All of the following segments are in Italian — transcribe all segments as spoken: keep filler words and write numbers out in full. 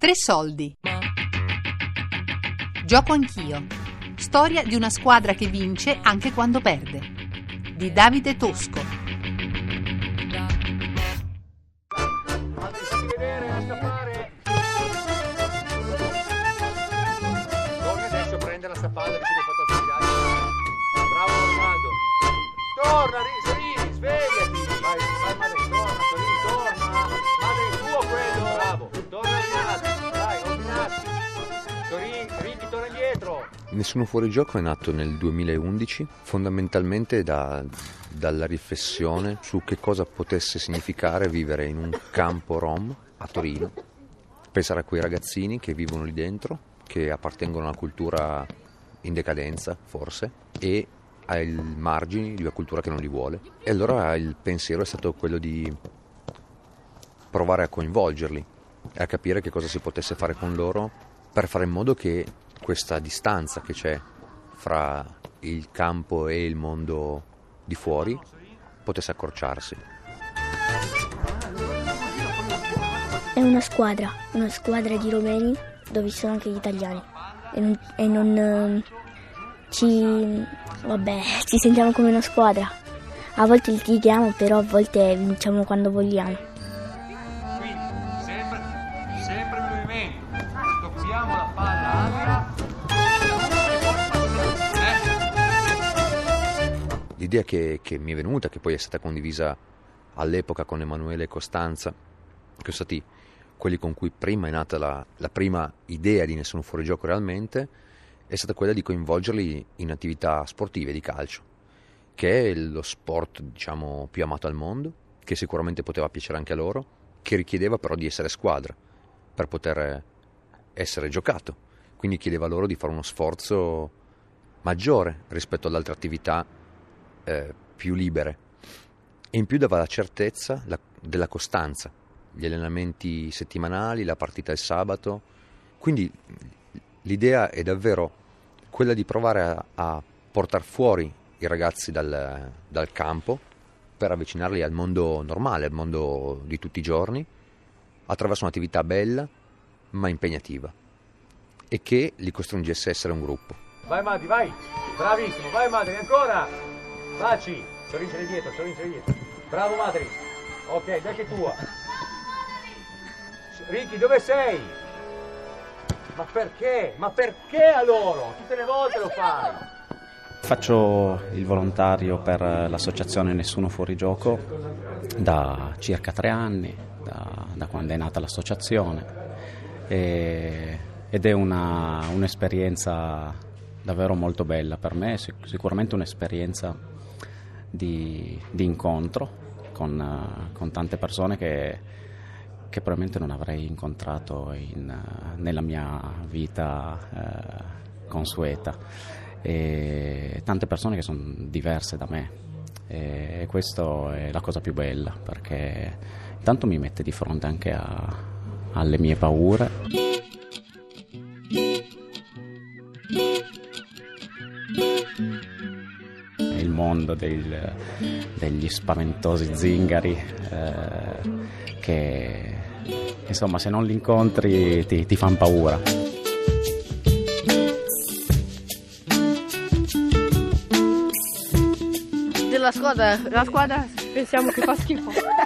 Tre soldi. Gioco anch'io. Storia di una squadra che vince anche quando perde. Di Davide Tosco. Fatemi vedere, non scappare. Torna adesso, prende la stappalla che ci hai fatto sfidare. Bravo Ronaldo. Torna, Sorini, svegliati. Vai, vai madre, torna, Sorini, torna. Madre, è tuo quello. Bravo, torna Rinaldi. Dai, ordinati. Sorini, Ricchi, torna indietro. Nessuno fuorigioco è nato nel duemilaundici fondamentalmente da, dalla riflessione su che cosa potesse significare vivere in un campo rom a Torino, pensare a quei ragazzini che vivono lì dentro, che appartengono a una cultura in decadenza forse e ai margini di una cultura che non li vuole. E allora il pensiero è stato quello di provare a coinvolgerli e a capire che cosa si potesse fare con loro per fare in modo che questa distanza che c'è fra il campo e il mondo di fuori potesse accorciarsi. È una squadra, una squadra di romeni dove ci sono anche gli italiani e non, e non eh, ci, vabbè, ci sentiamo come una squadra. A volte litighiamo, però a volte vinciamo quando vogliamo. Quindi, sempre, sempre in movimento. Tocchiamo la palla alta. L'idea che, che mi è venuta, che poi è stata condivisa all'epoca con Emanuele e Costanza, che sono stati quelli con cui prima è nata la, la prima idea di Nessuno fuorigioco realmente, è stata quella di coinvolgerli in attività sportive di calcio, che è lo sport, diciamo, più amato al mondo, che sicuramente poteva piacere anche a loro, che richiedeva però di essere squadra per poter essere giocato, quindi chiedeva loro di fare uno sforzo maggiore rispetto ad altre attività eh, più libere, e in più dava la certezza la, della costanza, gli allenamenti settimanali, la partita il sabato. Quindi l'idea è davvero quella di provare a, a portare fuori i ragazzi dal, dal campo per avvicinarli al mondo normale, al mondo di tutti i giorni, attraverso un'attività bella ma impegnativa e che li costringesse a essere un gruppo. Vai Madi, vai. Bravissimo, vai Madri, ancora. Baci. Sorrincere dietro, sorrincere dietro. Bravo Madri. Ok, dai che è tua. Ricky, dove sei? Ma perché? Ma perché a loro? Tutte le volte lo fai. Faccio il volontario per l'associazione Nessuno fuorigioco da circa tre anni, da, da quando è nata l'associazione, e, ed è una, un'esperienza davvero molto bella per me, sicuramente un'esperienza di, di incontro con, con tante persone che, che probabilmente non avrei incontrato in, nella mia vita eh, consueta, e tante persone che sono diverse da me, e questo è la cosa più bella, perché intanto mi mette di fronte anche a, alle mie paure. Il mondo del, degli spaventosi zingari eh, che insomma se non li incontri ti, ti fanno paura. Della squadra, la squadra pensiamo che fa schifo.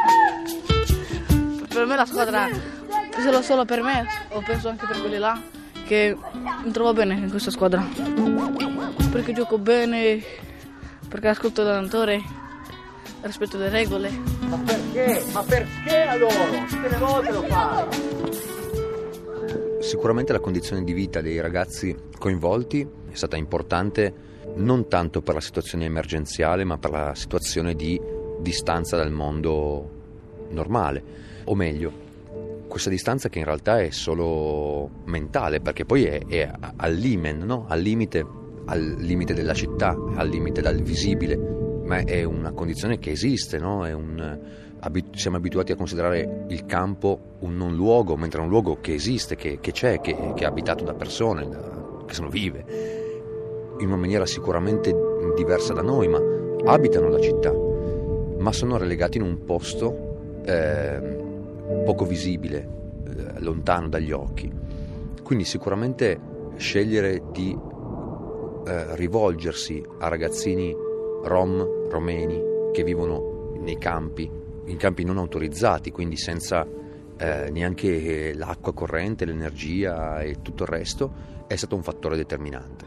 Per me la squadra, solo solo per me, o penso anche per quelli là, che mi trovo bene in questa squadra. Perché gioco bene, perché ascolto l'allenatore, rispetto le regole. Ma perché? Ma perché a loro? Tutte le volte lo fai. Sicuramente la condizione di vita dei ragazzi coinvolti è stata importante non tanto per la situazione emergenziale, ma per la situazione di distanza dal mondo normale, o meglio, questa distanza che in realtà è solo mentale, perché poi è, è al limen, no? Al limite, al limite della città, al limite dal visibile, ma è una condizione che esiste, no? È un, abit- siamo abituati a considerare il campo un non luogo, mentre è un luogo che esiste, che, che c'è, che, che è abitato da persone, da, che se lo vive, in una maniera sicuramente diversa da noi, ma abitano la città, ma sono relegati in un posto eh, poco visibile, eh, lontano dagli occhi. Quindi sicuramente scegliere di eh, rivolgersi a ragazzini rom, romeni che vivono nei campi, in campi non autorizzati, quindi senza eh, neanche l'acqua corrente, l'energia e tutto il resto, è stato un fattore determinante.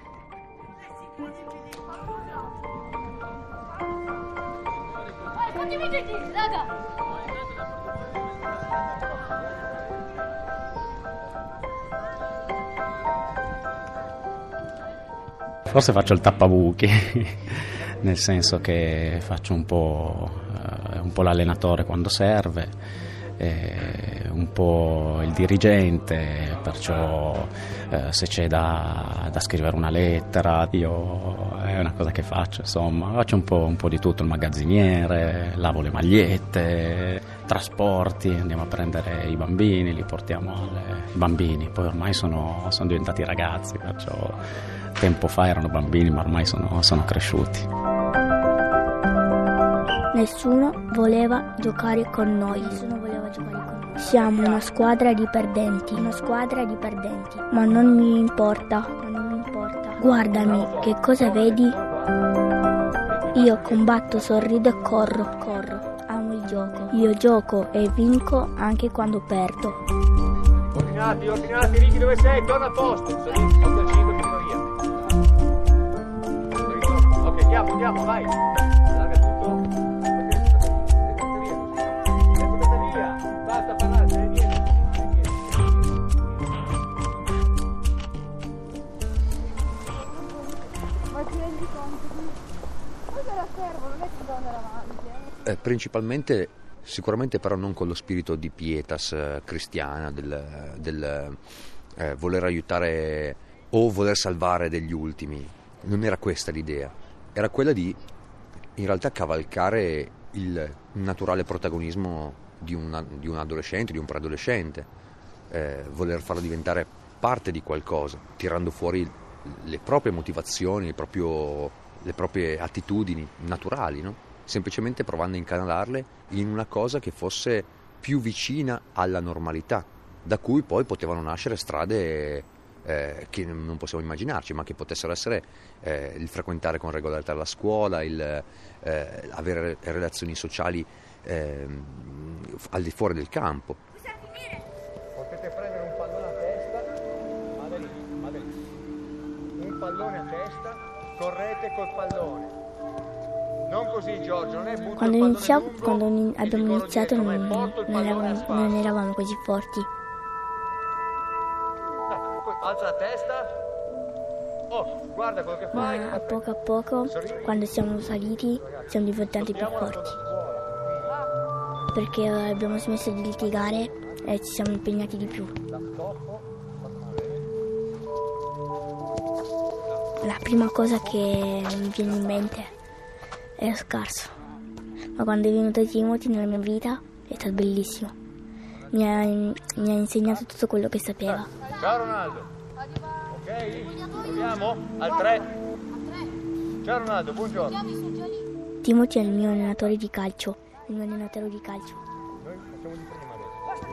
Forse faccio il tappabuchi, nel senso che faccio un po', eh, un po' l'allenatore quando serve, eh, un po' il dirigente, perciò eh, se c'è da, da scrivere una lettera, io è una cosa che faccio, insomma, faccio un po', un po' di tutto, il magazziniere, lavo le magliette, trasporti, andiamo a prendere i bambini, li portiamo alle i bambini, poi ormai sono, sono diventati ragazzi, perciò tempo fa erano bambini, ma ormai sono, sono cresciuti. Nessuno voleva giocare con noi. Nessuno voleva giocare con noi. Siamo una squadra di perdenti. Una squadra di perdenti. Ma non mi importa. Ma non mi importa. Guardami, che cosa vedi? Io combatto, sorrido e corro. Corro. Amo il gioco. Io gioco e vinco anche quando perdo. Ordinati, ordinati, Ricky, dove sei? Torna a posto. Ok, andiamo, andiamo, vai. Allarga tutto. Mettete via. Basta parlare, stai dietro. Ma ti rendi conto? Cosa la servo? Non è che devo andare avanti. Eh, principalmente, sicuramente però non con lo spirito di pietas eh, cristiana, del, del eh, voler aiutare o voler salvare degli ultimi. Non era questa l'idea, era quella di in realtà cavalcare il naturale protagonismo di, una, di un adolescente, di un preadolescente, eh, voler farlo diventare parte di qualcosa, tirando fuori le proprie motivazioni, il proprio, le proprie attitudini naturali, no? Semplicemente provando a incanalarle in una cosa che fosse più vicina alla normalità, da cui poi potevano nascere strade Eh, che non possiamo immaginarci, ma che potessero essere eh, il frequentare con regolarità la scuola, il eh, avere relazioni sociali eh, al di fuori del campo. Potete prendere un pallone a testa, Madeline, Madeline. Un pallone a testa, correte col pallone. Non così, Giorgio, non è butto Quando, il iniziamo, lungo, quando abbiamo iniziato dietro, non, non, eravamo, non eravamo così forti. Alza la testa. Oh, guarda quello che fai. Ma a poco a poco, quando siamo saliti, siamo diventati più forti. Perché abbiamo smesso di litigare e ci siamo impegnati di più. La prima cosa che mi viene in mente è scarso. Ma quando è venuto Timothy nella mia vita è stato bellissimo. Mi ha, mi ha insegnato tutto quello che sapeva. Ciao Ronaldo. Ok, proviamo al tre. Ciao Ronaldo, buongiorno. Timothy è il mio allenatore di calcio. Il mio allenatore di calcio. Noi facciamo di prima adesso.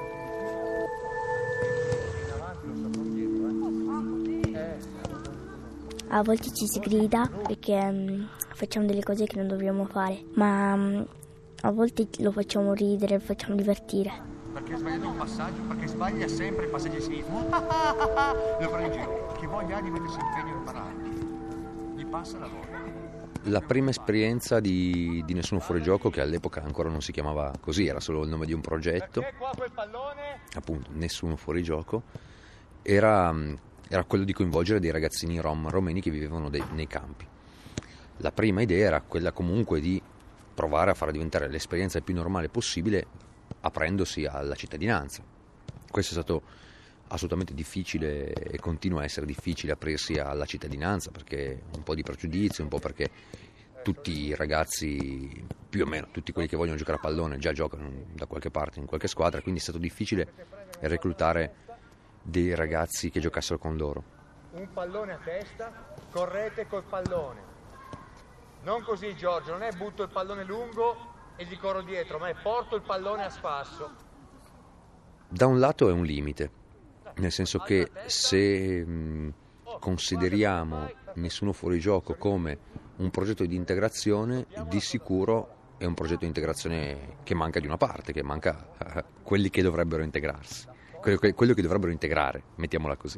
In avanti lo sto dietro, eh. A volte ci si grida perché um, facciamo delle cose che non dovremmo fare, ma um, a volte lo facciamo ridere, lo facciamo divertire. Perché ha sbagliato un passaggio, perché sbaglia sempre i passaggi a sinistra. Lo prende in giro. Chi voglia di mettersi impegno a imparare. Gli passa la voglia. La prima esperienza di, di Nessuno Fuorigioco, che all'epoca ancora non si chiamava così, era solo il nome di un progetto, Perché qua quel pallone? appunto Nessuno Fuorigioco, era, era quello di coinvolgere dei ragazzini rom romeni che vivevano dei, nei campi. La prima idea era quella comunque di provare a far diventare l'esperienza il più normale possibile, aprendosi alla cittadinanza. Questo è stato assolutamente difficile e continua a essere difficile aprirsi alla cittadinanza, perché un po' di pregiudizio, un po' perché tutti i ragazzi, più o meno tutti quelli che vogliono giocare a pallone già giocano da qualche parte, in qualche squadra, quindi è stato difficile reclutare dei ragazzi che giocassero con loro. Un pallone a testa, correte col pallone. Non così, Giorgio, non è butto il pallone lungo e gli corro dietro, ma è porto il pallone a spasso. Da un lato è un limite, nel senso che se mh, consideriamo Nessuno Fuori Gioco come un progetto di integrazione, di sicuro è un progetto di integrazione che manca di una parte, che manca uh, quelli che dovrebbero integrarsi, quello che, quello che dovrebbero integrare, mettiamola così.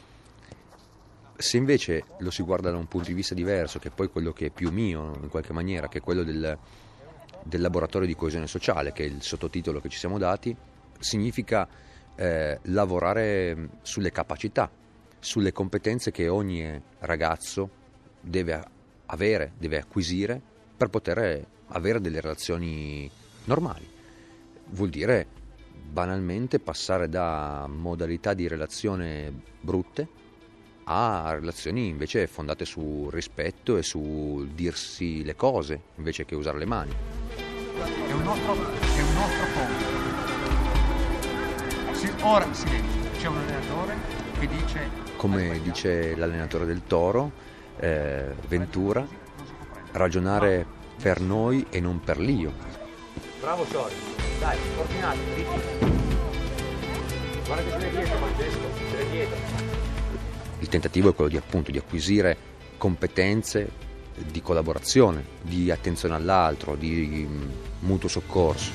Se invece lo si guarda da un punto di vista diverso, che è poi quello che è più mio in qualche maniera, che è quello del, del laboratorio di coesione sociale, che è il sottotitolo che ci siamo dati, significa eh, lavorare sulle capacità, sulle competenze che ogni ragazzo deve avere, deve acquisire per poter avere delle relazioni normali. Vuol dire banalmente passare da modalità di relazione brutte a relazioni invece fondate su rispetto e su dirsi le cose invece che usare le mani. È un nostro, è un nostro compito. Sì, ora silenzio, c'è un allenatore che dice... Come dice l'allenatore del Toro, eh, Ventura, ragionare per noi e non per l'io. Bravo Sori, dai, ordinate, dritti. Guarda che se ne dietro, Francesco, se ne dietro. Il tentativo è quello di appunto di acquisire competenze di collaborazione, di attenzione all'altro, di mutuo soccorso.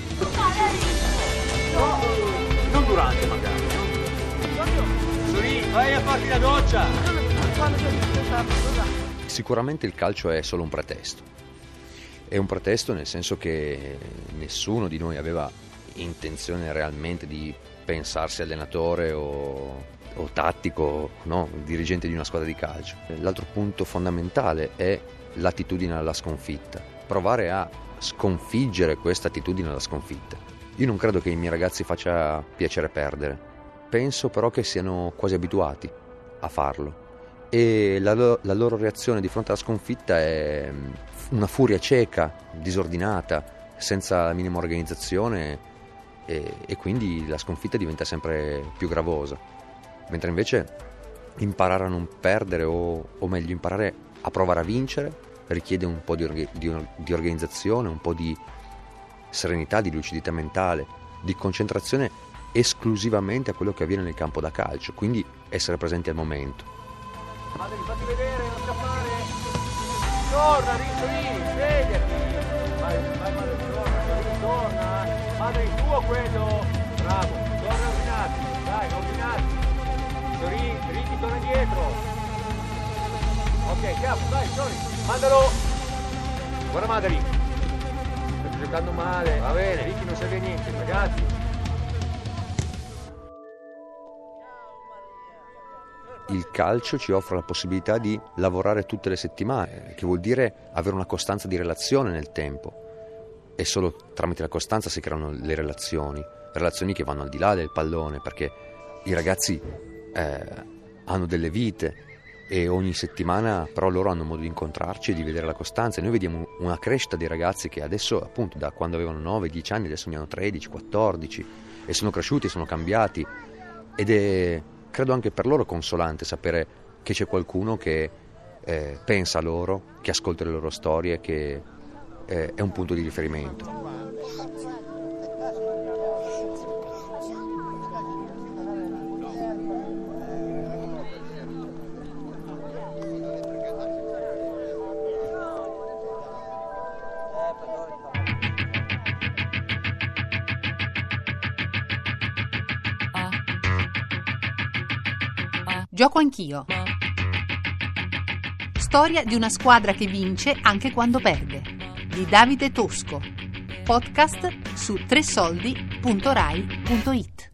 No, non durante magari. Sori, vai a farti la doccia. Sicuramente il calcio è solo un pretesto. È un pretesto nel senso che nessuno di noi aveva intenzione realmente di pensarsi allenatore o o tattico, no, dirigente di una squadra di calcio. L'altro punto fondamentale è l'attitudine alla sconfitta, provare a sconfiggere questa attitudine alla sconfitta. Io non credo che ai miei ragazzi faccia piacere perdere, penso però che siano quasi abituati a farlo e la, lo- la loro reazione di fronte alla sconfitta è una furia cieca, disordinata, senza la minima organizzazione e, e quindi la sconfitta diventa sempre più gravosa. Mentre invece imparare a non perdere o, o meglio imparare a provare a vincere richiede un po' di, orga- di, di organizzazione, un po' di serenità, di lucidità mentale, di concentrazione esclusivamente a quello che avviene nel campo da calcio, quindi essere presenti al momento. Madre, fatti vedere, non scappare. Torna, Rinsolini, svegliati. Vai, vai, madre, torna, torna. Madre, il tuo quello. Bravo, torna ordinati, dai, ordinati. Sori, Ricky torna indietro. Ok, capo, dai, Sori, mandalo. Guarda Madri. Stai giocando male. Va bene, Ricky non serve a niente, ragazzi. Il calcio ci offre la possibilità di lavorare tutte le settimane, che vuol dire avere una costanza di relazione nel tempo. E solo tramite la costanza si creano le relazioni, relazioni che vanno al di là del pallone, perché i ragazzi Eh, hanno delle vite e ogni settimana però loro hanno modo di incontrarci e di vedere la costanza e noi vediamo una crescita dei ragazzi che adesso appunto da quando avevano nove dieci anni adesso ne hanno tredici quattordici e sono cresciuti, sono cambiati ed è credo anche per loro consolante sapere che c'è qualcuno che eh, pensa a loro, che ascolta le loro storie, che eh, è un punto di riferimento. Gioco anch'io. Storia di una squadra che vince anche quando perde. Di Davide Tosco. Podcast su tre soldi punto rai punto it.